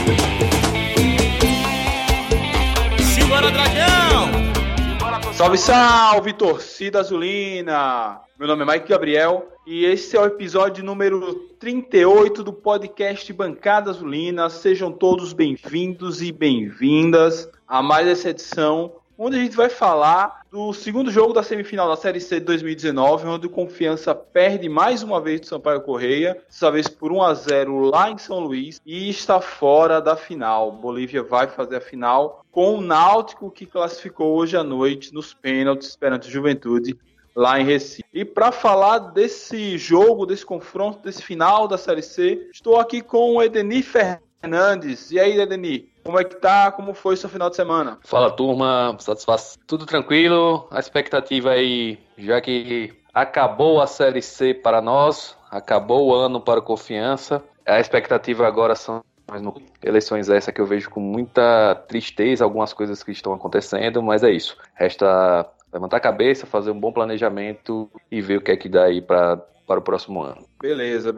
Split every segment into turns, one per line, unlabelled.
Simbora, Dragão!
Salve, salve, torcida azulina! Meu nome é Mike Gabriel e esse é o episódio número 38 do podcast Bancada Azulina. Sejam todos bem-vindos e bem-vindas a mais essa edição, onde a gente vai falar do segundo jogo da semifinal da Série C de 2019, onde o Confiança perde mais uma vez do Sampaio Corrêa, dessa vez por 1-0 lá em São Luís, e está fora da final. Bolívia vai fazer a final com o Náutico, que classificou hoje à noite nos pênaltis perante o Juventude, lá em Recife. E para falar desse jogo, desse confronto, desse final da Série C, estou aqui com o Edenir Fernandes. E aí, Edenir? Como é que tá? Como foi o seu final de semana?
Fala, turma. Satisfação. Tudo tranquilo. A expectativa aí, já que acabou a Série C para nós, acabou o ano para o Confiança. A expectativa agora são eleições essa que eu vejo com muita tristeza, algumas coisas que estão acontecendo, mas é isso. Resta levantar a cabeça, fazer um bom planejamento e ver o que é que dá aí para o próximo ano.
Beleza.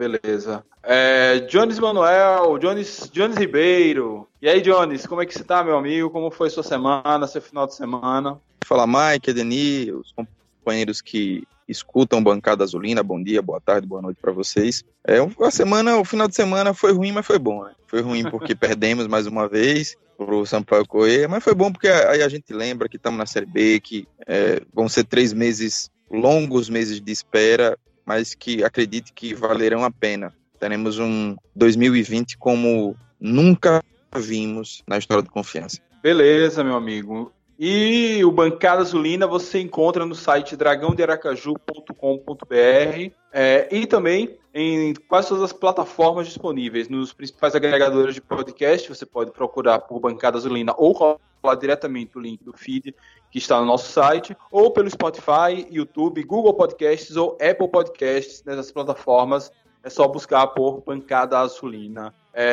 Jones Manuel, Jones Ribeiro. E aí, Jones, como é que você tá, meu amigo? Como foi sua semana, seu final de semana?
Fala, Mike, Edenir, os companheiros que escutam Bancada Azulina, bom dia, boa tarde, boa noite para vocês. O final de semana foi ruim, mas foi bom, né? Foi ruim porque perdemos mais uma vez pro Sampaio Corrêa, mas foi bom porque aí a gente lembra que estamos na Série B, que vão ser 3 meses, longos meses de espera, mas que acredite que valerão a pena. Teremos um 2020 como nunca vimos na história do Confiança.
Beleza, meu amigo. E o Bancada Azulina você encontra no site dragãodearacaju.com.br e também em quase todas as plataformas disponíveis, nos principais agregadores de podcast. Você pode procurar por Bancada Azulina ou colar diretamente o link do feed que está no nosso site, ou pelo Spotify, YouTube, Google Podcasts ou Apple Podcasts. Nessas plataformas é só buscar por Bancada Azulina.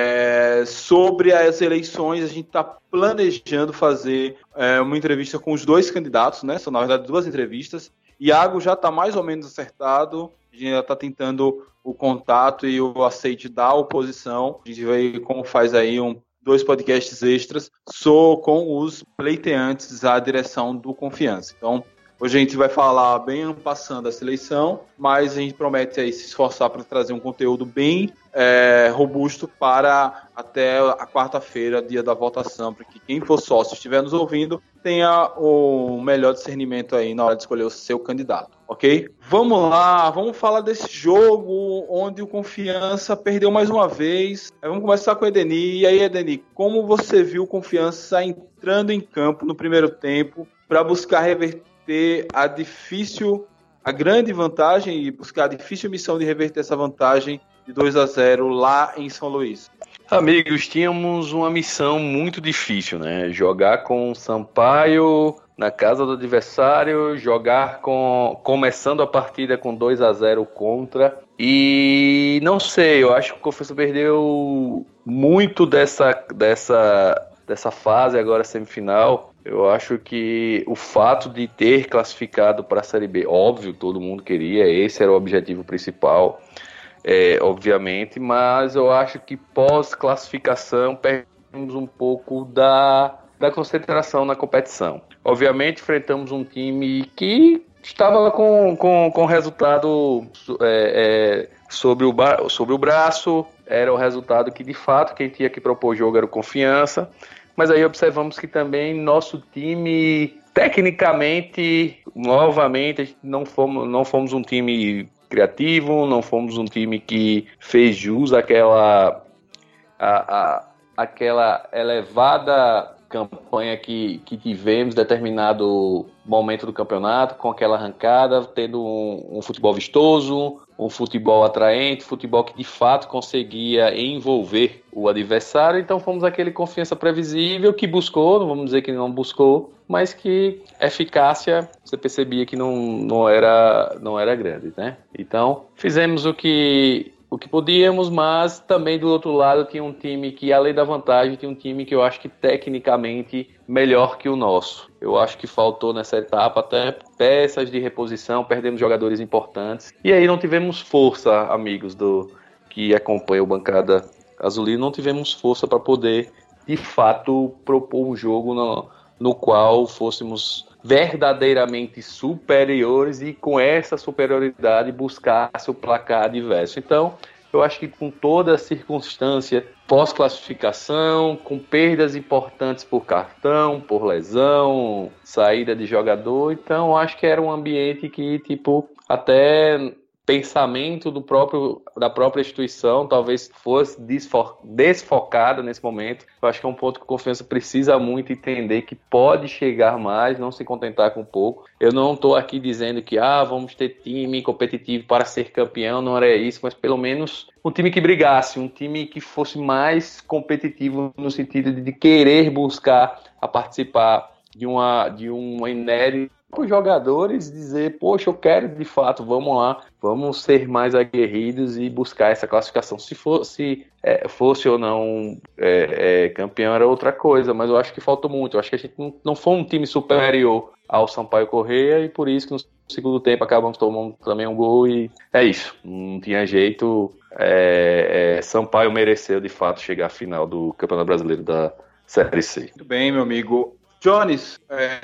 Sobre as eleições, a gente está planejando fazer uma entrevista com os 2 candidatos, né? São, na verdade, 2 entrevistas. Iago já está mais ou menos acertado. A gente já está tentando o contato e o aceite da oposição. A gente vai como faz aí 2 podcasts extras com os pleiteantes à direção do Confiança. Então, hoje a gente vai falar bem passando essa eleição, mas a gente promete aí se esforçar para trazer um conteúdo bem robusto para até a quarta-feira, dia da votação, para que quem for sócio estiver nos ouvindo tenha o melhor discernimento aí na hora de escolher o seu candidato, ok? Vamos lá, vamos falar desse jogo onde o Confiança perdeu mais uma vez. Vamos começar com o Edenir. E aí, Edenir, como você viu o Confiança entrando em campo no primeiro tempo para buscar reverter a grande vantagem e buscar a difícil missão de reverter essa vantagem de 2-0 lá em São Luís?
Amigos, tínhamos uma missão muito difícil, né? Jogar com o Sampaio na casa do adversário, começando a partida com 2-0 contra. E não sei, eu acho que o Confiança perdeu muito dessa fase agora semifinal. Eu acho que o fato de ter classificado para a Série B, óbvio, todo mundo queria, esse era o objetivo principal, obviamente, mas eu acho que pós-classificação perdemos um pouco da concentração na competição. Obviamente, enfrentamos um time que estava com resultado sobre o braço, era o resultado que, de fato, quem tinha que propor o jogo era o Confiança. Mas aí observamos que também nosso time, tecnicamente, novamente, não fomos um time criativo, não fomos um time que fez jus àquela elevada campanha que tivemos em determinado momento do campeonato, com aquela arrancada, tendo um futebol vistoso, um futebol atraente, futebol que de fato conseguia envolver o adversário. Então fomos aquele Confiança previsível que buscou, não vamos dizer que não buscou, mas que eficácia você percebia que não era grande, né? Então fizemos o que podíamos, mas também do outro lado tinha um time que, além da vantagem, tinha um time que eu acho que tecnicamente melhor que o nosso. Eu acho que faltou nessa etapa até peças de reposição, perdemos jogadores importantes. E aí não tivemos força, amigos que acompanham o Bancada Azulino não tivemos força para poder, de fato, propor um jogo no qual fôssemos verdadeiramente superiores e com essa superioridade buscasse o placar adverso. Então, eu acho que com toda a circunstância pós-classificação, com perdas importantes por cartão, por lesão, saída de jogador, então eu acho que era um ambiente que, tipo, até pensamento da própria instituição talvez fosse desfocado nesse momento. Eu acho que é um ponto que a Confiança precisa muito entender que pode chegar mais, não se contentar com pouco. Eu não estou aqui dizendo que vamos ter time competitivo para ser campeão, não era isso, mas pelo menos um time que brigasse, um time que fosse mais competitivo no sentido de querer buscar a participar de uma inédita para os jogadores, dizer, poxa, eu quero de fato, vamos lá, vamos ser mais aguerridos e buscar essa classificação. Se fosse ou não campeão era outra coisa, mas eu acho que faltou muito. Eu acho que a gente não foi um time superior ao Sampaio Corrêa e por isso que no segundo tempo acabamos tomando também um gol e é isso, não tinha jeito. Sampaio mereceu de fato chegar à final do Campeonato Brasileiro da Série C.
Muito bem, meu amigo. Jones,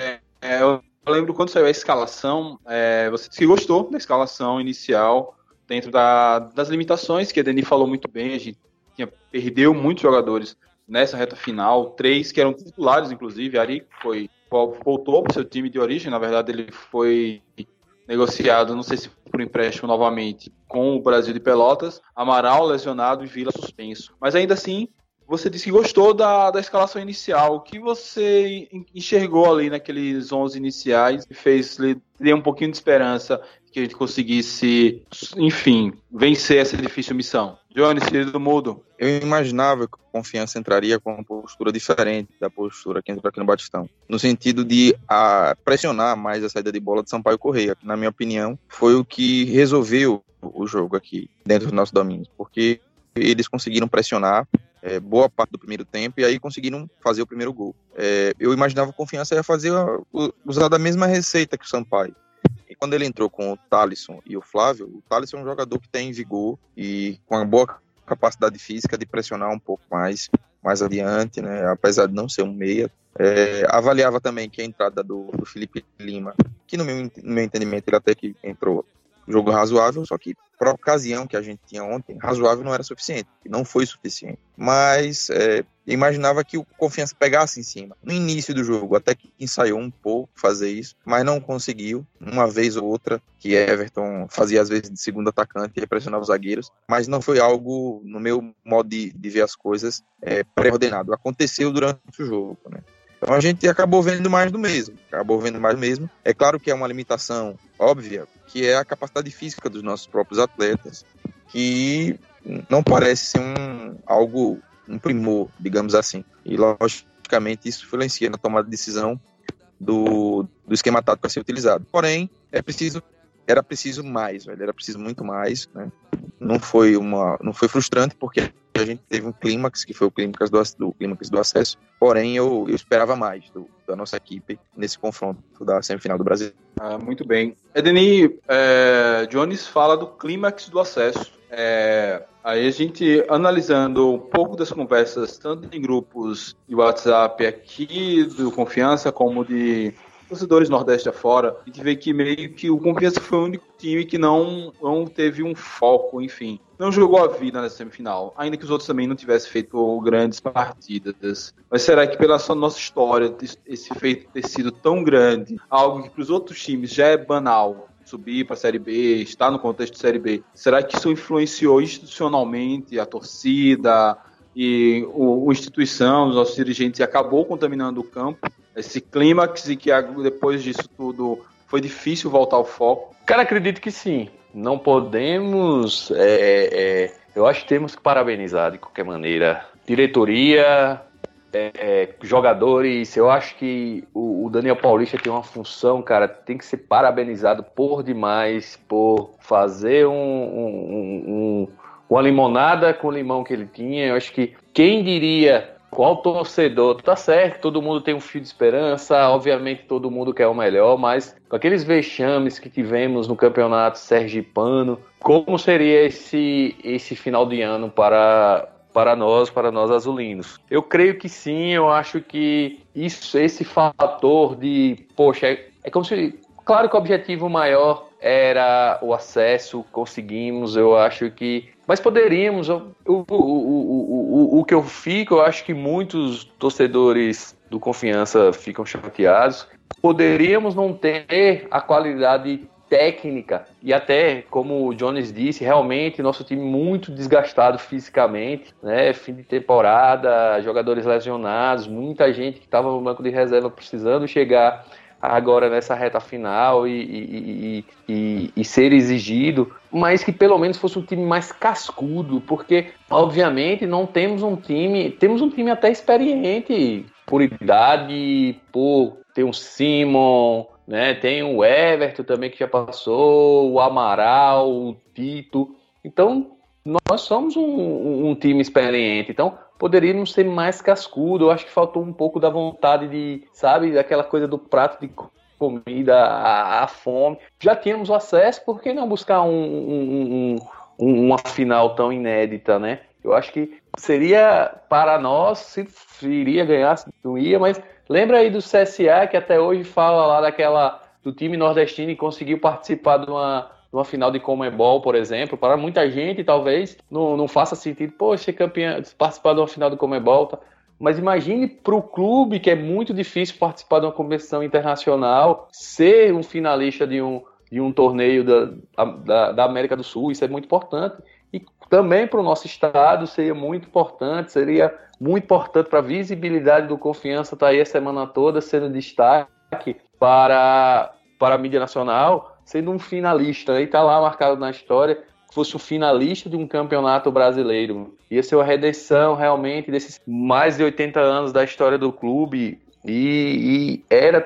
eu lembro quando saiu a escalação, você disse que gostou da escalação inicial, dentro das limitações que a Deni falou muito bem. A gente perdeu muitos jogadores nessa reta final, 3 que eram titulares, inclusive. Ari voltou para o seu time de origem, na verdade ele foi negociado, não sei se por empréstimo novamente, com o Brasil de Pelotas. Amaral lesionado e Vila suspenso. Mas ainda assim, você disse que gostou da escalação inicial. O que você enxergou ali naqueles 11 iniciais que fez ter um pouquinho de esperança que a gente conseguisse, enfim, vencer essa difícil missão? Jones, querido do Mudo.
Eu imaginava que a Confiança entraria com uma postura diferente da postura que entrou aqui no Batistão, no sentido de pressionar mais a saída de bola de Sampaio Corrêa, que, na minha opinião, foi o que resolveu o jogo aqui dentro do nosso domínio, porque eles conseguiram pressionar boa parte do primeiro tempo e aí conseguiram fazer o primeiro gol. Eu imaginava que a Confiança ia usar da mesma receita que o Sampaio. E quando ele entrou com o Thalisson e o Flávio, o Thalisson é um jogador que tem vigor e com uma boa capacidade física de pressionar um pouco mais adiante, né? Apesar de não ser um meia. Avaliava também que a entrada do Felipe Lima, que no meu entendimento ele até que entrou jogo razoável, só que para a ocasião que a gente tinha ontem, razoável não era suficiente, não foi suficiente. Mas eu imaginava que o Confiança pegasse em cima. No início do jogo, até que ensaiou um pouco fazer isso, mas não conseguiu, uma vez ou outra, que Everton fazia às vezes de segundo atacante e pressionava os zagueiros, mas não foi algo, no meu modo de ver as coisas, pré-ordenado. Aconteceu durante o jogo, né? Então a gente acabou vendo mais do mesmo. É claro que é uma limitação óbvia, que é a capacidade física dos nossos próprios atletas, que não parece ser um primor, digamos assim. E, logicamente, isso influencia na tomada de decisão do esquema tático a ser utilizado. Porém, era preciso mais, velho. Era preciso muito mais, né? Não foi frustrante, porque a gente teve um clímax, que foi o clímax do acesso. Porém, eu esperava mais da nossa equipe nesse confronto da semifinal do Brasil.
Muito bem. Edeni, Jones fala do clímax do acesso. Aí a gente, analisando um pouco das conversas, tanto em grupos de WhatsApp aqui do Confiança, como de torcedores Nordeste afora, a gente vê que meio que o Confiança foi o único time que não teve um foco, enfim. Não jogou a vida nessa semifinal, ainda que os outros também não tivessem feito grandes partidas. Mas será que pela nossa história, esse feito ter sido tão grande, algo que para os outros times já é banal, subir para a Série B, estar no contexto de Série B, será que isso influenciou institucionalmente a torcida e a instituição, os nossos dirigentes, e acabou contaminando o campo? Esse clímax e que depois disso tudo foi difícil voltar ao foco?
Cara, acredito que sim. Não podemos... eu acho que temos que parabenizar de qualquer maneira. Diretoria, jogadores. Eu acho que o Daniel Paulista tem uma função, cara, tem que ser parabenizado por demais, por fazer uma limonada com o limão que ele tinha. Eu acho que quem diria... Qual torcedor? Tá certo, todo mundo tem um fio de esperança, obviamente todo mundo quer o melhor, mas com aqueles vexames que tivemos no campeonato sergipano, como seria esse final de ano para para nós azulinos. Eu creio que sim, eu acho que esse fator de, poxa, é como se, claro que o objetivo maior era o acesso, conseguimos, eu acho que, mas poderíamos, o que eu acho que muitos torcedores do Confiança ficam chateados, poderíamos não ter a qualidade técnica e até, como o Jones disse, realmente nosso time muito desgastado fisicamente, né? Fim de temporada, jogadores lesionados, muita gente que estava no banco de reserva precisando chegar agora nessa reta final e ser exigido, mas que pelo menos fosse um time mais cascudo, porque obviamente não temos um time até experiente por idade, por ter um Simon, né? Tem o Everton também que já passou, o Amaral, o Tito. Então, nós somos um time experiente. Então, poderíamos ser mais cascudo. Eu acho que faltou um pouco da vontade de, sabe, daquela coisa do prato de comida, a fome. Já tínhamos o acesso, por que não buscar uma final tão inédita, né? Eu acho que seria para nós, se iria ganhar, se não ia, mas lembra aí do CSA, que até hoje fala lá do time nordestino e conseguiu participar de uma final de Conmebol, por exemplo. Para muita gente, talvez, não faça sentido, ser campeão, participar de uma final de Conmebol, tá? Mas imagine para o clube, que é muito difícil participar de uma competição internacional, ser um finalista de um torneio da América do Sul, isso é muito importante. E também para o nosso estado seria muito importante para a visibilidade do Confiança estar aí a semana toda sendo destaque para a mídia nacional, sendo um finalista, aí está lá marcado na história, que fosse um finalista de um campeonato brasileiro. Ia ser uma redenção realmente desses mais de 80 anos da história do clube e era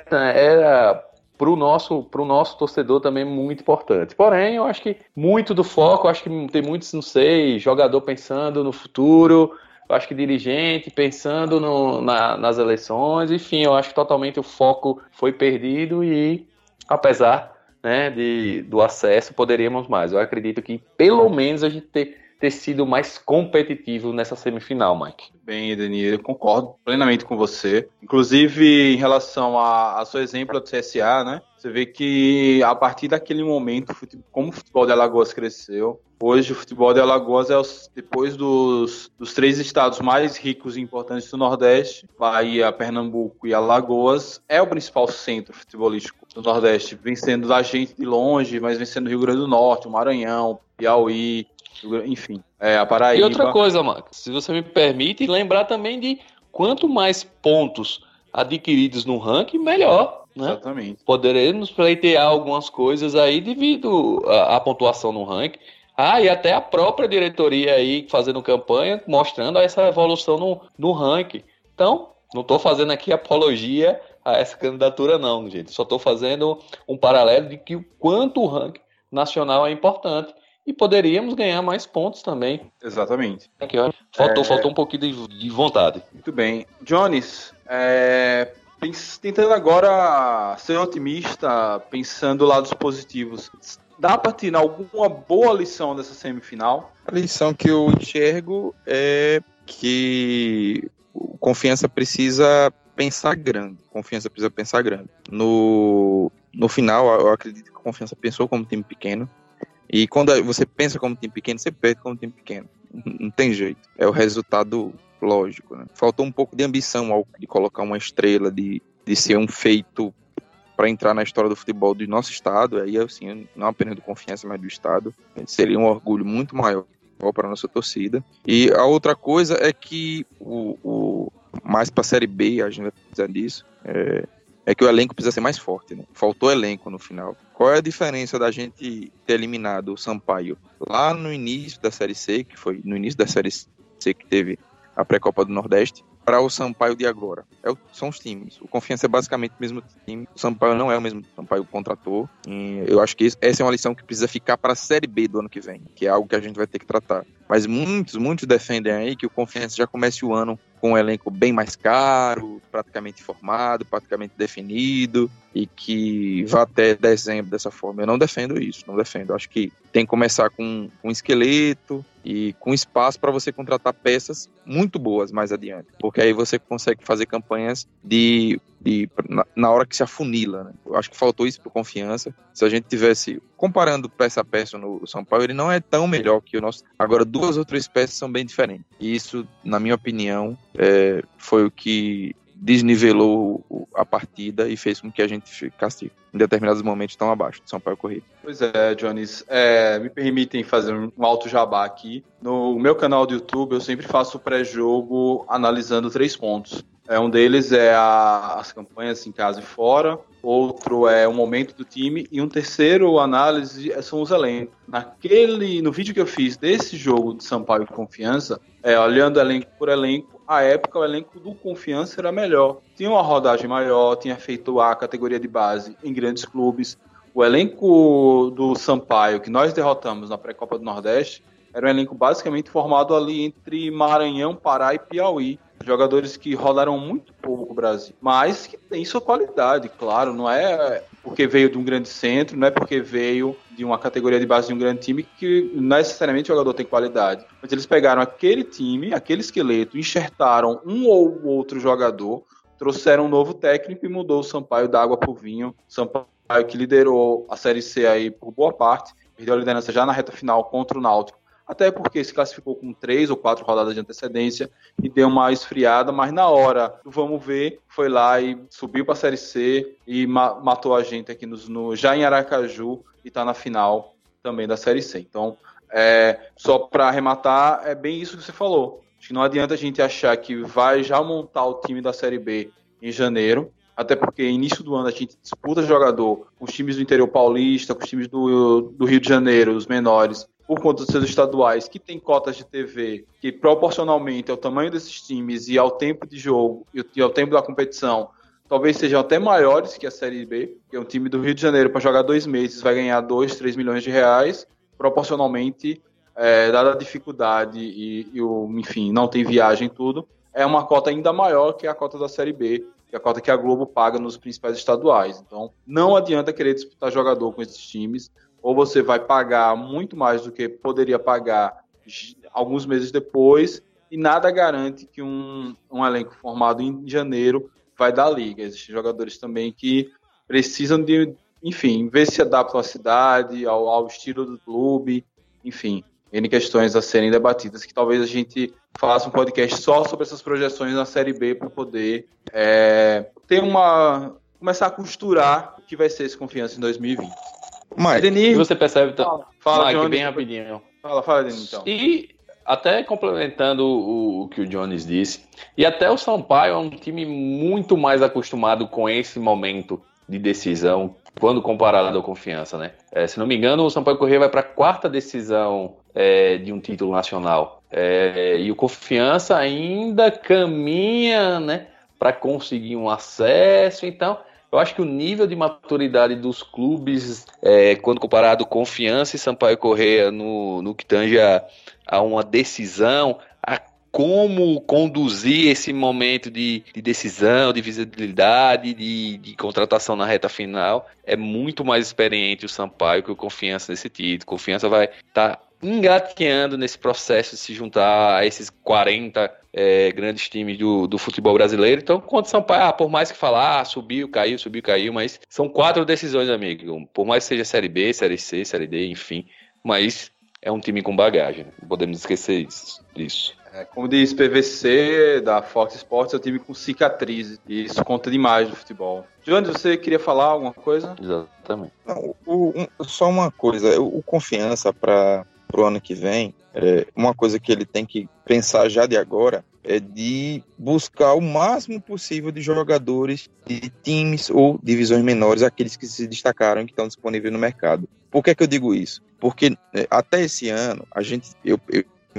para o nosso torcedor também muito importante. Porém, eu acho que muito do foco, acho que tem muitos, não sei, jogador pensando no futuro, eu acho que dirigente pensando nas eleições, enfim, eu acho que totalmente o foco foi perdido e, apesar, né, do acesso, poderíamos mais. Eu acredito que pelo menos a gente ter sido mais competitivo nessa semifinal, Mike.
Bem, Danilo, eu concordo plenamente com você. Inclusive, em relação ao seu exemplo do CSA, né? Você vê que a partir daquele momento, como o futebol de Alagoas cresceu, hoje o futebol de Alagoas é, depois dos 3 estados mais ricos e importantes do Nordeste, Bahia, Pernambuco e Alagoas, é o principal centro futebolístico do Nordeste, vencendo a gente de longe, mas vencendo o Rio Grande do Norte, o Maranhão, Piauí, enfim, a Paraíba.
E outra coisa, Max, se você me permite, lembrar também de quanto mais pontos adquiridos no ranking, melhor, né?
Exatamente.
Poderemos pleitear algumas coisas aí devido à pontuação no ranking. E até a própria diretoria aí fazendo campanha, mostrando essa evolução no ranking. Então, não estou fazendo aqui apologia a essa candidatura não, gente. Só estou fazendo um paralelo de que o quanto o ranking nacional é importante. E poderíamos ganhar mais pontos também.
Exatamente.
Aqui, faltou um pouquinho de vontade.
Muito bem. Jones, tentando agora ser otimista, pensando lados positivos, dá para tirar alguma boa lição dessa semifinal?
A lição que eu enxergo é que o Confiança precisa pensar grande. No final, eu acredito que a Confiança pensou como time pequeno. E quando você pensa como time pequeno, você perde como time pequeno. Não tem jeito. É o resultado lógico, né? Faltou um pouco de ambição de colocar uma estrela, de ser um feito para entrar na história do futebol do nosso estado. Aí, assim, não apenas do Confiança, mas do estado. Seria um orgulho muito maior para a nossa torcida. E a outra coisa é que, mais para a Série B, a gente vai precisar disso, é que o elenco precisa ser mais forte, né? Faltou elenco no final. Qual é a diferença da gente ter eliminado o Sampaio lá no início da Série C, que foi no início da Série C que teve a pré-Copa do Nordeste, para o Sampaio de agora. São os times. O Confiança é basicamente o mesmo time. O Sampaio não é o mesmo time. O Sampaio contratou. E eu acho que essa é uma lição que precisa ficar para a Série B do ano que vem, que é algo que a gente vai ter que tratar. Mas muitos defendem aí que o Confiança já comece o ano com um elenco bem mais caro, praticamente formado, praticamente definido, e que vá até dezembro dessa forma. Eu não defendo isso, não defendo. Eu acho que tem que começar com um esqueleto e com espaço para você contratar peças muito boas mais adiante, porque aí você consegue fazer campanhas na hora que se afunila, né? Eu acho que faltou isso pro Confiança. Se a gente tivesse comparando peça a peça no São Paulo, ele não é tão melhor que o nosso. Agora, 2 ou 3 peças são bem diferentes. E isso, na minha opinião, foi o que desnivelou a partida e fez com que a gente ficasse em determinados momentos tão abaixo do São Paulo Corrêa.
Pois é, Jones, me permitem fazer um alto jabá aqui. No meu canal do YouTube eu sempre faço pré-jogo analisando 3 pontos. Um deles é as campanhas em casa e fora, outro é o momento do time e um terceiro análise são os elencos. No vídeo que eu fiz desse jogo de Sampaio e Confiança, olhando elenco por elenco, à época o elenco do Confiança era melhor. Tinha uma rodagem maior, tinha feito a categoria de base em grandes clubes. O elenco do Sampaio, que nós derrotamos na pré-copa do Nordeste, era um elenco basicamente formado ali entre Maranhão, Pará e Piauí. Jogadores que rodaram muito pouco o Brasil, mas que tem sua qualidade, claro. Não é porque veio de um grande centro, não é porque veio de uma categoria de base de um grande time que necessariamente o jogador tem qualidade. Mas eles pegaram aquele time, aquele esqueleto, enxertaram um ou outro jogador, trouxeram um novo técnico e mudou o Sampaio da água pro vinho. Sampaio que liderou a Série C aí por boa parte, perdeu a liderança já na reta final contra o Náutico, até porque se classificou com 3 ou 4 rodadas de antecedência e deu uma esfriada, mas na hora do vamos ver, foi lá e subiu para a Série C e matou a gente aqui já em Aracaju e está na final também da Série C. Então, só para arrematar, é bem isso que você falou. Acho que não adianta a gente achar que vai já montar o time da Série B em janeiro, até porque início do ano a gente disputa jogador com os times do interior paulista, com os times do Rio de Janeiro, os menores, por conta dos seus estaduais, que tem cotas de TV, que proporcionalmente ao tamanho desses times e ao tempo de jogo e ao tempo da competição, talvez sejam até maiores que a Série B, que é um time do Rio de Janeiro para jogar 2 meses vai ganhar 2, 3 milhões de reais, proporcionalmente, dada a dificuldade enfim, não tem viagem e tudo, é uma cota ainda maior que a cota da Série B, que é a cota que a Globo paga nos principais estaduais. Então, não adianta querer disputar jogador com esses times, ou você vai pagar muito mais do que poderia pagar alguns meses depois, e nada garante que um elenco formado em janeiro vai dar liga. Existem jogadores também que precisam de, enfim, ver se adaptam à cidade, ao estilo do clube, enfim, N questões a serem debatidas, que talvez a gente faça um podcast só sobre essas projeções na Série B para poder começar a costurar o que vai ser esse Confiança em 2020.
Mas
Denis,
você percebe,
fala
Mike,
Jones,
bem rapidinho.
Fala, Denis, então.
E até complementando o que o Jones disse, e até o Sampaio é um time muito mais acostumado com esse momento de decisão quando comparado ao Confiança, né? Se não me engano, o Sampaio Corrêa vai para a 4ª decisão de um título nacional. E o Confiança ainda caminha, né, para conseguir um acesso. Então, eu acho que o nível de maturidade dos clubes, quando comparado Confiança e Sampaio Corrêa no que tange a uma decisão, a como conduzir esse momento de decisão, de visibilidade, de contratação na reta final, é muito mais experiente o Sampaio que o Confiança nesse título. O Confiança vai estar engateando nesse processo de se juntar a esses 40 grandes times do futebol brasileiro. Então, quanto o Sampaio, por mais que falar, subiu, caiu, mas são 4 decisões, amigo. Por mais que seja Série B, Série C, Série D, enfim, mas é um time com bagagem, não podemos esquecer disso.
Como diz PVC da Fox Sports, é um time com cicatrizes, e isso conta demais do futebol. Jones, você queria falar alguma coisa?
Exatamente.
Não, só uma coisa, o Confiança para o ano que vem, uma coisa que ele tem que pensar já de agora é de buscar o máximo possível de jogadores de times ou divisões menores, aqueles que se destacaram e que estão disponíveis no mercado. Por que eu digo isso? Porque até esse ano, eu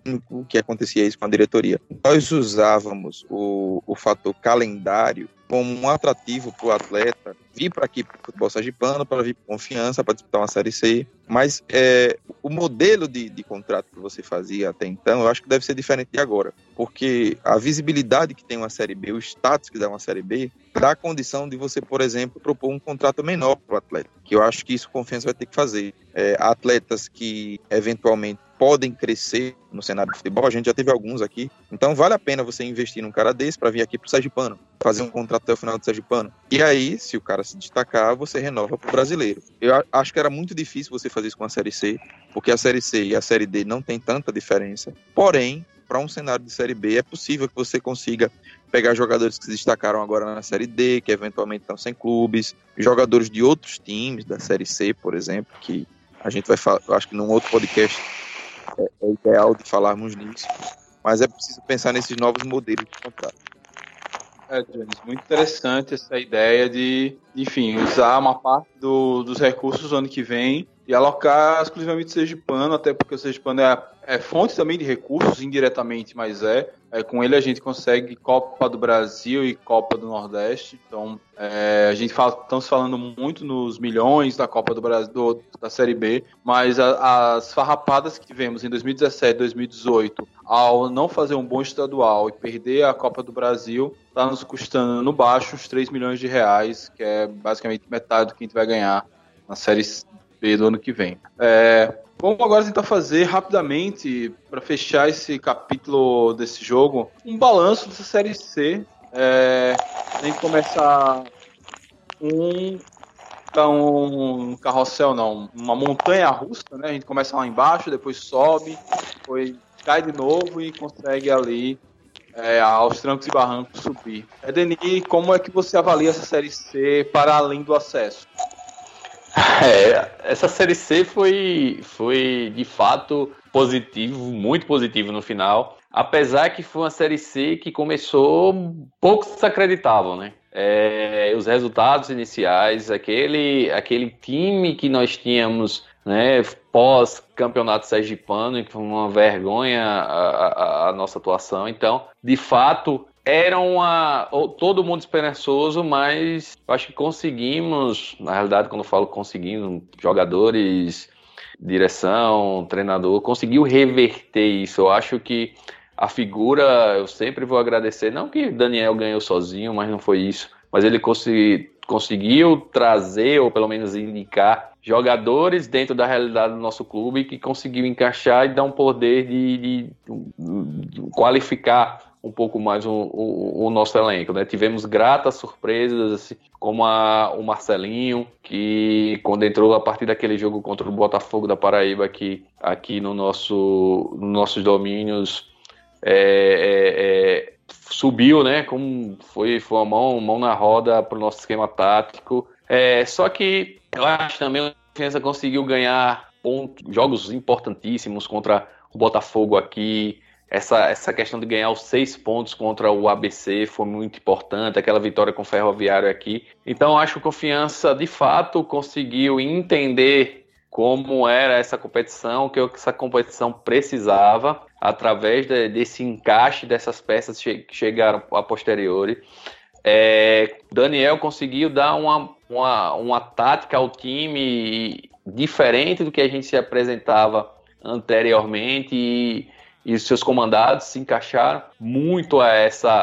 que acontecia isso com a diretoria. Nós usávamos o fator calendário como um atrativo para o atleta vir para aqui para o futebol sergipano, para vir com confiança, para disputar uma Série C, mas o modelo de contrato que você fazia até então, eu acho que deve ser diferente de agora, porque a visibilidade que tem uma Série B, o status que dá uma Série B, dá a condição de você, por exemplo, propor um contrato menor para o atleta, que eu acho que isso a Confiança vai ter que fazer. Atletas que, eventualmente, podem crescer no cenário de futebol, a gente já teve alguns aqui, então vale a pena você investir num cara desse para vir aqui pro sergipano, fazer um contrato até o final do sergipano, e aí, se o cara se destacar, você renova pro brasileiro. Eu acho que era muito difícil você fazer isso com a Série C, porque a Série C e a Série D não tem tanta diferença, porém, para um cenário de Série B, é possível que você consiga pegar jogadores que se destacaram agora na Série D, que eventualmente estão sem clubes, jogadores de outros times da Série C, por exemplo, que a gente vai falar, eu acho que num outro podcast é ideal de falarmos nisso, mas é preciso pensar nesses novos modelos de contrato.
Jones, muito interessante essa ideia de, enfim, usar uma parte dos recursos do ano que vem e alocar exclusivamente o sergipano, até porque o sergipano é fonte também de recursos, indiretamente, mas com ele a gente consegue Copa do Brasil e Copa do Nordeste, então estamos falando muito nos milhões da Copa do Brasil, da Série B, mas as farrapadas que tivemos em 2017, 2018, ao não fazer um bom estadual e perder a Copa do Brasil, está nos custando no baixo uns 3 milhões de reais, que é basicamente metade do que a gente vai ganhar na Série B do ano que vem. Vamos agora tentar fazer rapidamente, para fechar esse capítulo desse jogo, um balanço dessa Série C. A gente começar um carrossel, não, uma montanha russa, né? A gente começa lá embaixo, depois sobe, depois cai de novo e consegue ali, aos trancos e barrancos, subir. Deni, como é que você avalia essa Série C para além do acesso?
Essa Série C foi de fato positivo, muito positivo no final, apesar que foi uma Série C que começou, poucos se acreditavam, né? Os resultados iniciais, aquele time que nós tínhamos, né, pós-campeonato sergipano, que foi uma vergonha a nossa atuação. Então, de fato, era todo mundo esperançoso, mas acho que conseguimos, na realidade, quando eu falo conseguimos, jogadores, direção, treinador, conseguiu reverter isso. Eu acho que a figura, eu sempre vou agradecer, não que Daniel ganhou sozinho, mas não foi isso, mas ele conseguiu trazer, ou pelo menos indicar, jogadores dentro da realidade do nosso clube que conseguiu encaixar e dar um poder de qualificar um pouco mais o nosso elenco, né? Tivemos gratas surpresas, assim, como o Marcelinho, que quando entrou a partir daquele jogo contra o Botafogo da Paraíba aqui nos nossos domínios, subiu, né? Como foi uma mão na roda para o nosso esquema tático. Só que eu acho também que a Confiança conseguiu ganhar jogos importantíssimos contra o Botafogo aqui. Essa questão de ganhar os 6 pontos contra o ABC foi muito importante, aquela vitória com o Ferroviário aqui. Então, acho que a Confiança, de fato, conseguiu entender como era essa competição, o que essa competição precisava, através desse encaixe dessas peças que chegaram a posteriori. Daniel conseguiu dar uma tática ao time diferente do que a gente se apresentava anteriormente, e os seus comandados se encaixaram muito a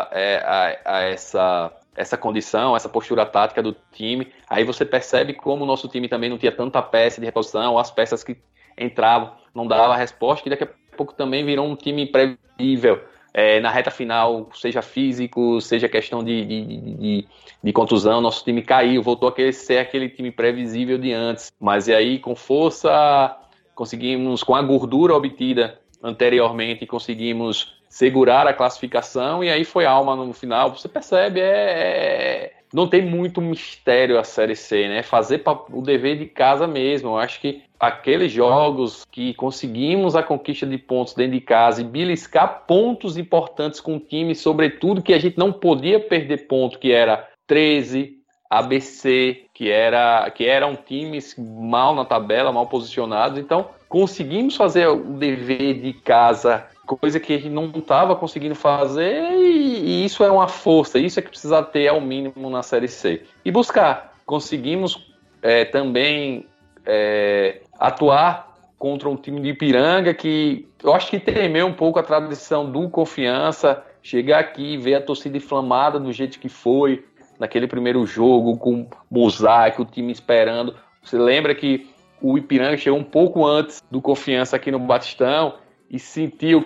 essa condição, essa postura tática do time. Aí você percebe como o nosso time também não tinha tanta peça de reposição, as peças que entravam não davam a resposta, que daqui a pouco também virou um time imprevisível. Na reta final, seja físico, seja questão de contusão, nosso time caiu, voltou a ser aquele time previsível de antes. Mas e aí, com força, conseguimos, com a gordura obtida anteriormente, conseguimos segurar a classificação, e aí foi alma no final. Você percebe, não tem muito mistério a Série C, né? Fazer o dever de casa mesmo. Eu acho que aqueles jogos que conseguimos a conquista de pontos dentro de casa e beliscar pontos importantes com o time, sobretudo que a gente não podia perder ponto, que era 13, ABC, que eram times mal na tabela, mal posicionados. Então, conseguimos fazer o dever de casa coisa que a gente não estava conseguindo fazer, e isso é uma força, isso é que precisa ter ao mínimo na Série C. E buscar. Conseguimos também atuar contra um time de Ipiranga que eu acho que temeu um pouco a tradição do Confiança, chegar aqui e ver a torcida inflamada do jeito que foi naquele primeiro jogo, com mosaico, o time esperando. Você lembra que o Ipiranga chegou um pouco antes do Confiança aqui no Batistão e sentiu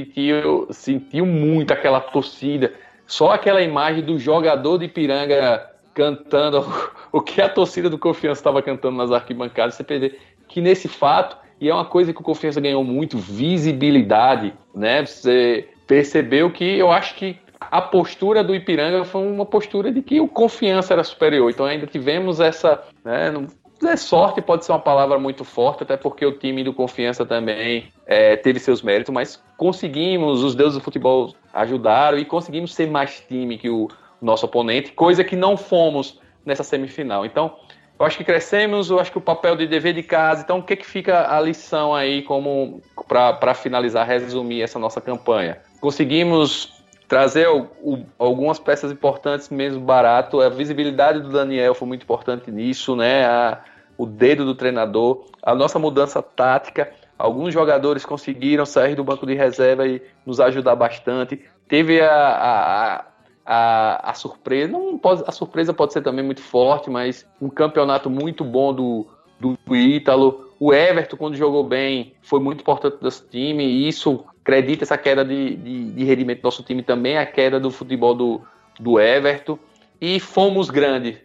muito aquela torcida. Só aquela imagem do jogador de Ipiranga cantando o que a torcida do Confiança estava cantando nas arquibancadas, você percebe que nesse fato, e é uma coisa que o Confiança ganhou muito, visibilidade, né? Você percebeu que eu acho que a postura do Ipiranga foi uma postura de que o Confiança era superior. Então ainda tivemos essa, né, sorte pode ser uma palavra muito forte, até porque o time do Confiança também teve seus méritos, mas conseguimos, os deuses do futebol ajudaram e conseguimos ser mais time que o nosso oponente, coisa que não fomos nessa semifinal. Então, eu acho que crescemos, eu acho que o papel de dever de casa. Então, o que fica a lição aí como para finalizar, resumir essa nossa campanha? Conseguimos trazer algumas peças importantes, mesmo barato. A visibilidade do Daniel foi muito importante nisso, né? O dedo do treinador, a nossa mudança tática. Alguns jogadores conseguiram sair do banco de reserva e nos ajudar bastante. Teve a surpresa, a surpresa pode ser também muito forte, mas um campeonato muito bom do Ítalo. O Everton, quando jogou bem, foi muito importante desse time, e isso acredita essa queda de rendimento do nosso time também, a queda do futebol do Everton. E fomos grande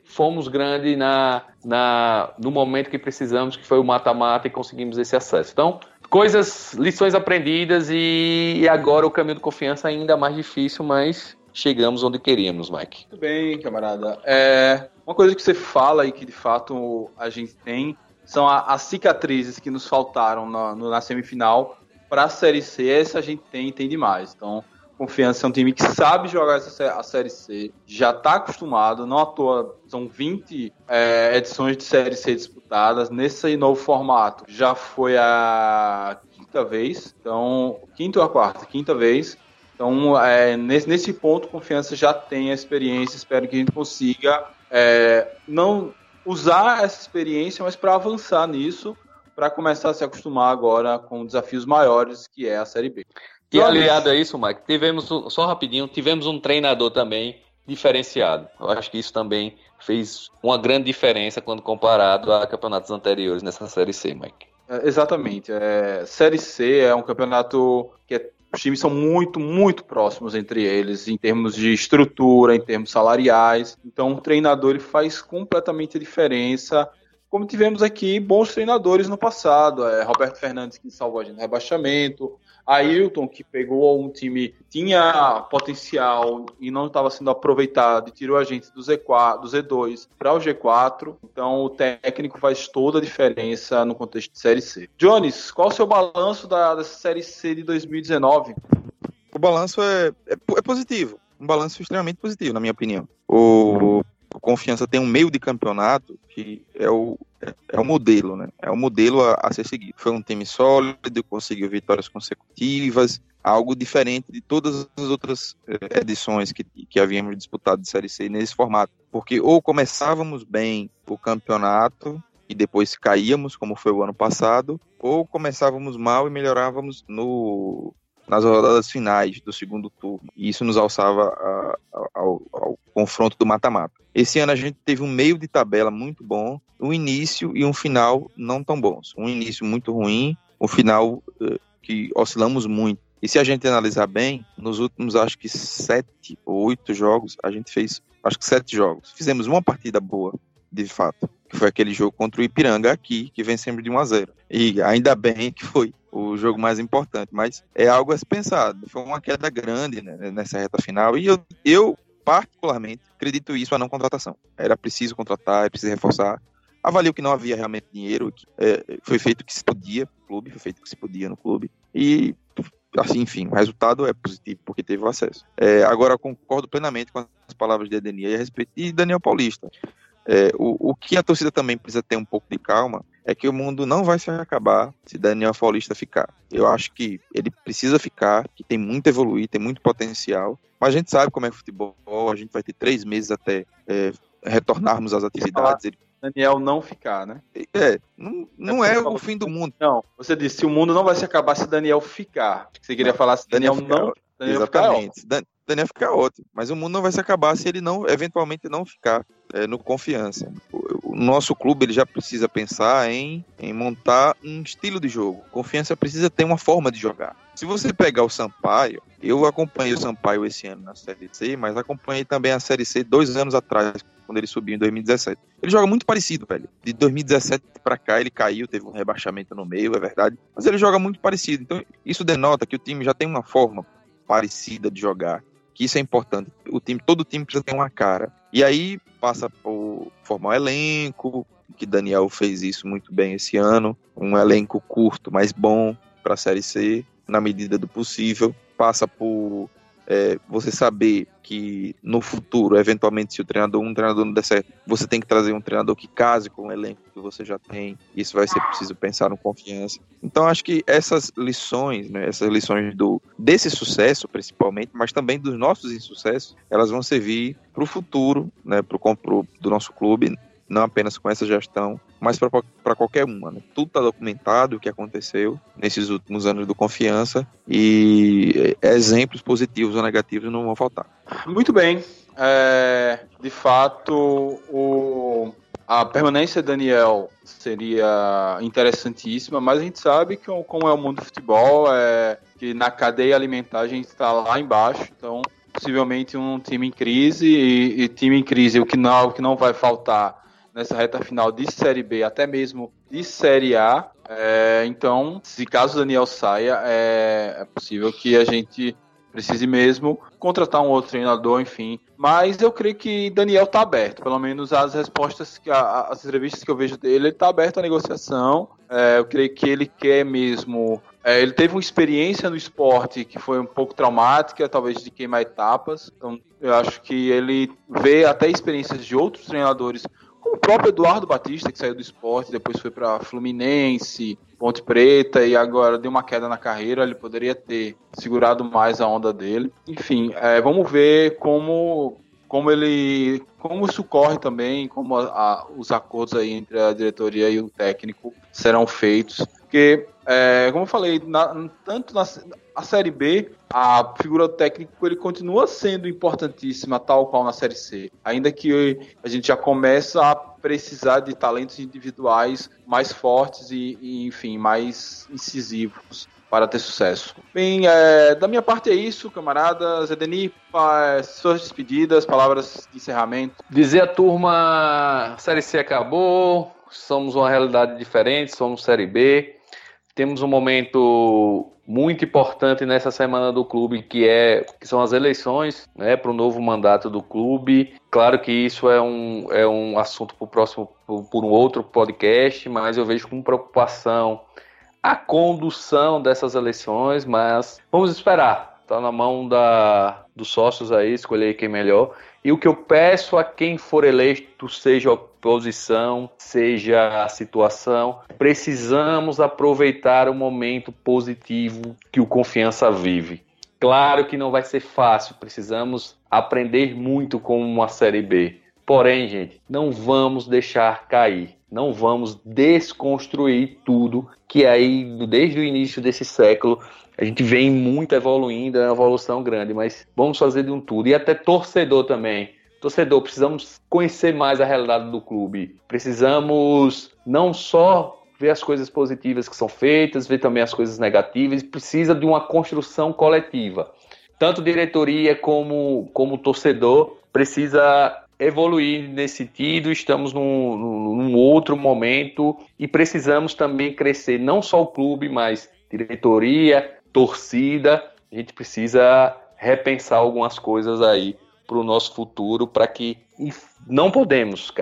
no momento que precisamos, que foi o mata-mata, e conseguimos esse acesso. Então, lições aprendidas, e agora o caminho de Confiança é ainda mais difícil, mas chegamos onde queríamos, Mike.
Muito bem, camarada. Uma coisa que você fala e que de fato a gente tem são as cicatrizes que nos faltaram na semifinal para a Série C. Essa a gente tem demais. Então, Confiança é um time que sabe jogar a Série C, já está acostumado, não à toa, são 20 edições de Série C disputadas nesse novo formato. Já foi a quinta vez, então, quinta ou a quarta? Quinta vez. Então, nesse ponto, Confiança já tem a experiência. Espero que a gente consiga não usar essa experiência, mas para avançar nisso, para começar a se acostumar agora com desafios maiores, que é a Série B.
E aliado a isso, Mike, tivemos um treinador também diferenciado. Eu acho que isso também fez uma grande diferença quando comparado a campeonatos anteriores nessa Série C, Mike.
Exatamente. Série C é um campeonato que os times são muito, muito próximos entre eles, em termos de estrutura, em termos salariais. Então, o treinador ele faz completamente a diferença. Como tivemos aqui bons treinadores no passado. Roberto Fernandes, que salvou a gente no rebaixamento. Ailton, que pegou um time que tinha potencial e não estava sendo aproveitado e tirou a gente do Z2 para o G4. Então, o técnico faz toda a diferença no contexto de Série C. Jones, qual o seu balanço dessa Série C de 2019?
O balanço é positivo. Um balanço extremamente positivo, na minha opinião. O Confiança tem um meio de campeonato que é o modelo, né? É o modelo a ser seguido. Foi um time sólido, conseguiu vitórias consecutivas, algo diferente de todas as outras edições que havíamos disputado de Série C nesse formato. Porque ou começávamos bem o campeonato e depois caíamos, como foi o ano passado, ou começávamos mal e melhorávamos nas rodadas finais do segundo turno. E isso nos alçava ao confronto do mata-mata. Esse ano a gente teve um meio de tabela muito bom, um início e um final não tão bons. Um início muito ruim, um final que oscilamos muito. E se a gente analisar bem, nos últimos, acho que 7 ou 8 jogos, a gente fez, acho que 7 jogos. Fizemos uma partida boa, de fato, que foi aquele jogo contra o Ipiranga aqui, que vencemos de 1-0. E ainda bem que foi o jogo mais importante, mas é algo a se pensar. Foi uma queda grande, né, nessa reta final, e eu particularmente acredito isso a não contratação. Era preciso contratar, era preciso reforçar. Avalio que não havia realmente dinheiro, que foi feito o que se podia no clube, foi feito o que se podia no clube, e assim, enfim, o resultado é positivo porque teve o acesso. Agora eu concordo plenamente com as palavras de Edenia e a respeito de Daniel Paulista. O que a torcida também precisa ter um pouco de calma é que o mundo não vai se acabar se Daniel Paulista ficar. Eu acho que ele precisa ficar, que tem muito a evoluir, tem muito potencial, mas a gente sabe como é futebol, a gente vai ter 3 meses até retornarmos às atividades.
Daniel não ficar, né?
Não é o fim do mundo.
Não, você disse, se o mundo não vai se acabar se Daniel ficar. Você queria falar se Daniel não...
Exatamente. Daniel fica ótimo, mas o mundo não vai se acabar se ele não, eventualmente, não ficar no Confiança. O nosso clube ele já precisa pensar em montar um estilo de jogo. Confiança precisa ter uma forma de jogar. Se você pegar o Sampaio, eu acompanhei o Sampaio esse ano na Série C, mas acompanhei também a Série C 2 anos atrás, quando ele subiu em 2017. Ele joga muito parecido, velho. De 2017 pra cá ele caiu, teve um rebaixamento no meio, é verdade, mas ele joga muito parecido. Então isso denota que o time já tem uma forma parecida de jogar, que isso é importante. Todo time precisa ter uma cara. E aí passa por formar um elenco, que Daniel fez isso muito bem esse ano, um elenco curto, mas bom para a Série C, na medida do possível. Passa por você saber que no futuro, eventualmente, se um treinador não der certo, você tem que trazer um treinador que case com o elenco que você já tem. Isso vai ser preciso pensar no Confiança. Então, acho que essas lições, né, essas lições desse sucesso, principalmente, mas também dos nossos insucessos, elas vão servir para o futuro, né, do nosso clube, não apenas com essa gestão, mas para qualquer uma. Né? Tudo está documentado o que aconteceu nesses últimos anos do Confiança e exemplos positivos ou negativos não vão faltar.
Muito bem. De fato, a permanência de Daniel seria interessantíssima, mas a gente sabe que como é o mundo do futebol, que na cadeia alimentar a gente está lá embaixo, então possivelmente um time em crise e time em crise, o que não vai faltar nessa reta final de Série B, até mesmo de Série A. Então, se caso o Daniel saia, é possível que a gente precise mesmo contratar um outro treinador, enfim. Mas eu creio que Daniel está aberto, pelo menos as respostas, as entrevistas que eu vejo dele, ele está aberto à negociação. Eu creio que ele quer mesmo... ele teve uma experiência no esporte que foi um pouco traumática, talvez de queimar etapas. Então, eu acho que ele vê até experiências de outros treinadores, como o próprio Eduardo Batista, que saiu do esporte, depois foi para Fluminense, Ponte Preta, e agora deu uma queda na carreira. Ele poderia ter segurado mais a onda dele. Enfim, vamos ver como isso corre também, como os acordos aí entre a diretoria e o técnico serão feitos. Porque, como eu falei, tanto a Série B, a figura do técnico ele continua sendo importantíssima, tal qual na Série C. Ainda que a gente já começa a precisar de talentos individuais mais fortes e enfim, mais incisivos para ter sucesso. Bem, da minha parte é isso, camaradas. Edeni, suas despedidas, palavras de encerramento.
Dizer à turma, a Série C acabou, somos uma realidade diferente, somos Série B. Temos um momento muito importante nessa semana do clube, que são as eleições, né, para o novo mandato do clube. Claro que isso é um assunto por um outro podcast, mas eu vejo com preocupação a condução dessas eleições, mas vamos esperar. Está na mão dos sócios aí, escolher quem melhor. E o que eu peço a quem for eleito, seja a oposição, seja a situação, precisamos aproveitar o momento positivo que o Confiança vive. Claro que não vai ser fácil, precisamos aprender muito com uma Série B. Porém, gente, não vamos deixar cair. Não vamos desconstruir tudo que aí, desde o início desse século, a gente vem muito evoluindo, é uma evolução grande, mas vamos fazer de um tudo. E até torcedor também. Torcedor, precisamos conhecer mais a realidade do clube. Precisamos não só ver as coisas positivas que são feitas, ver também as coisas negativas. Precisa de uma construção coletiva. Tanto diretoria como torcedor precisa evoluir nesse sentido. Estamos num outro momento e precisamos também crescer, não só o clube, mas diretoria, torcida. A gente precisa repensar algumas coisas aí para o nosso futuro, para que não podemos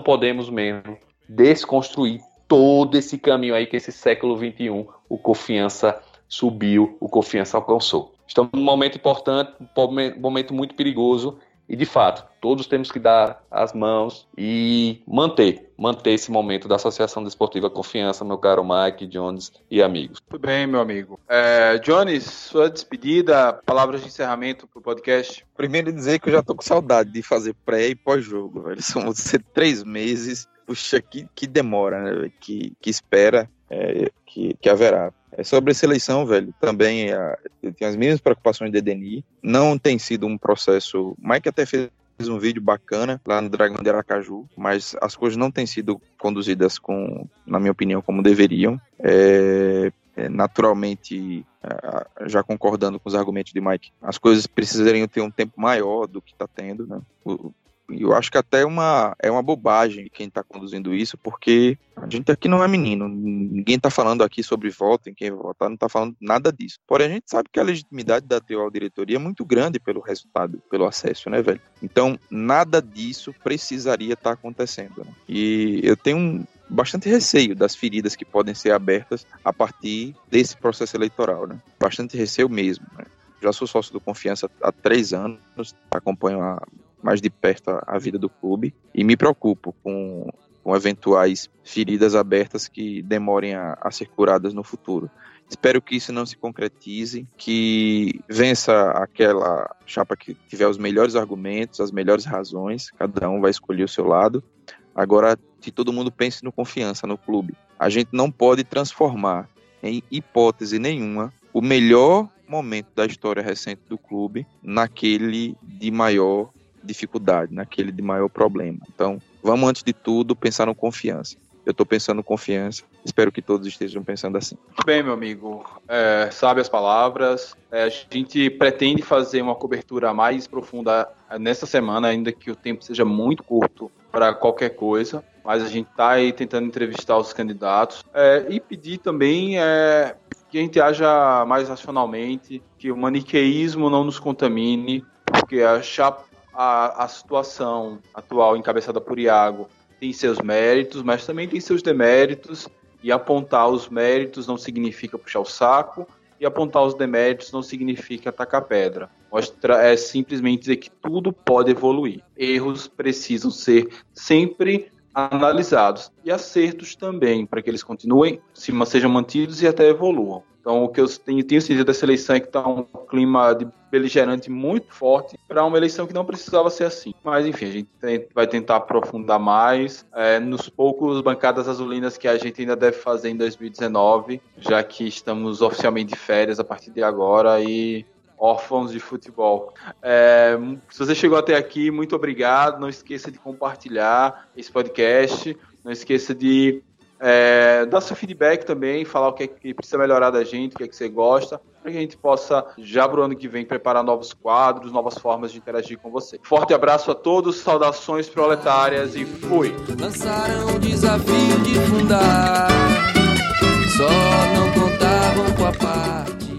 mesmo desconstruir todo esse caminho aí que esse século XXI o Confiança subiu, o Confiança alcançou. Estamos num momento importante, um momento muito perigoso, E, de fato, todos temos que dar as mãos e manter esse momento da Associação Desportiva Confiança, meu caro Mike, Jones e amigos.
Tudo bem, meu amigo. Jones, sua despedida, palavras de encerramento pro podcast.
Primeiro dizer que eu já tô com saudade de fazer pré e pós-jogo, velho. São 3 meses. Puxa, que demora, né, velho? Que espera que haverá. Sobre essa eleição, velho, também eu tenho as mesmas preocupações de Edeni. Não tem sido um processo... Mike até fez um vídeo bacana lá no Dragão de Aracaju, mas as coisas não têm sido conduzidas na minha opinião, como deveriam. Naturalmente, já concordando com os argumentos de Mike, as coisas precisariam ter um tempo maior do que está tendo, né? Eu acho que até é uma bobagem quem está conduzindo isso, porque a gente aqui não é menino, ninguém está falando aqui sobre voto, em quem votar, não está falando nada disso. Porém, a gente sabe que a legitimidade da atual diretoria é muito grande pelo resultado, pelo acesso, né, velho? Então, nada disso precisaria estar acontecendo, né? E eu tenho bastante receio das feridas que podem ser abertas a partir desse processo eleitoral, né? Bastante receio mesmo, né? Já sou sócio do Confiança há 3 anos, acompanho mais de perto a vida do clube e me preocupo com eventuais feridas abertas que demorem a ser curadas no futuro. Espero que isso não se concretize, que vença aquela chapa que tiver os melhores argumentos, as melhores razões, cada um vai escolher o seu lado. Agora, que todo mundo pense no Confiança, no clube. A gente não pode transformar em hipótese nenhuma o melhor momento da história recente do clube naquele de maior dificuldade, naquele de maior problema. Então, vamos antes de tudo pensar no Confiança. Eu estou pensando no Confiança, espero que todos estejam pensando assim.
Bem, meu amigo, sabe as palavras, a gente pretende fazer uma cobertura mais profunda nessa semana, ainda que o tempo seja muito curto para qualquer coisa, mas a gente está aí tentando entrevistar os candidatos e pedir também que a gente haja mais racionalmente, que o maniqueísmo não nos contamine, porque a situação atual encabeçada por Iago tem seus méritos, mas também tem seus deméritos, e apontar os méritos não significa puxar o saco, e apontar os deméritos não significa atacar pedra. É simplesmente dizer que tudo pode evoluir. Erros precisam ser sempre analisados, e acertos também, para que eles continuem, sejam mantidos e até evoluam. Então, o que eu tenho sentido dessa eleição é que está um clima de beligerante muito forte para uma eleição que não precisava ser assim. Mas, enfim, a gente vai tentar aprofundar mais nos poucos bancadas azulinas que a gente ainda deve fazer em 2019, já que estamos oficialmente de férias a partir de agora e órfãos de futebol. Se você chegou até aqui, muito obrigado. Não esqueça de compartilhar esse podcast. Não esqueça de dar seu feedback também, falar o que é que precisa melhorar da gente, o que é que você gosta, para que a gente possa, já pro ano que vem, preparar novos quadros, novas formas de interagir com você. Forte abraço a todos, saudações proletárias e fui!
Lançaram o desafio de fundar, só não contavam com a parte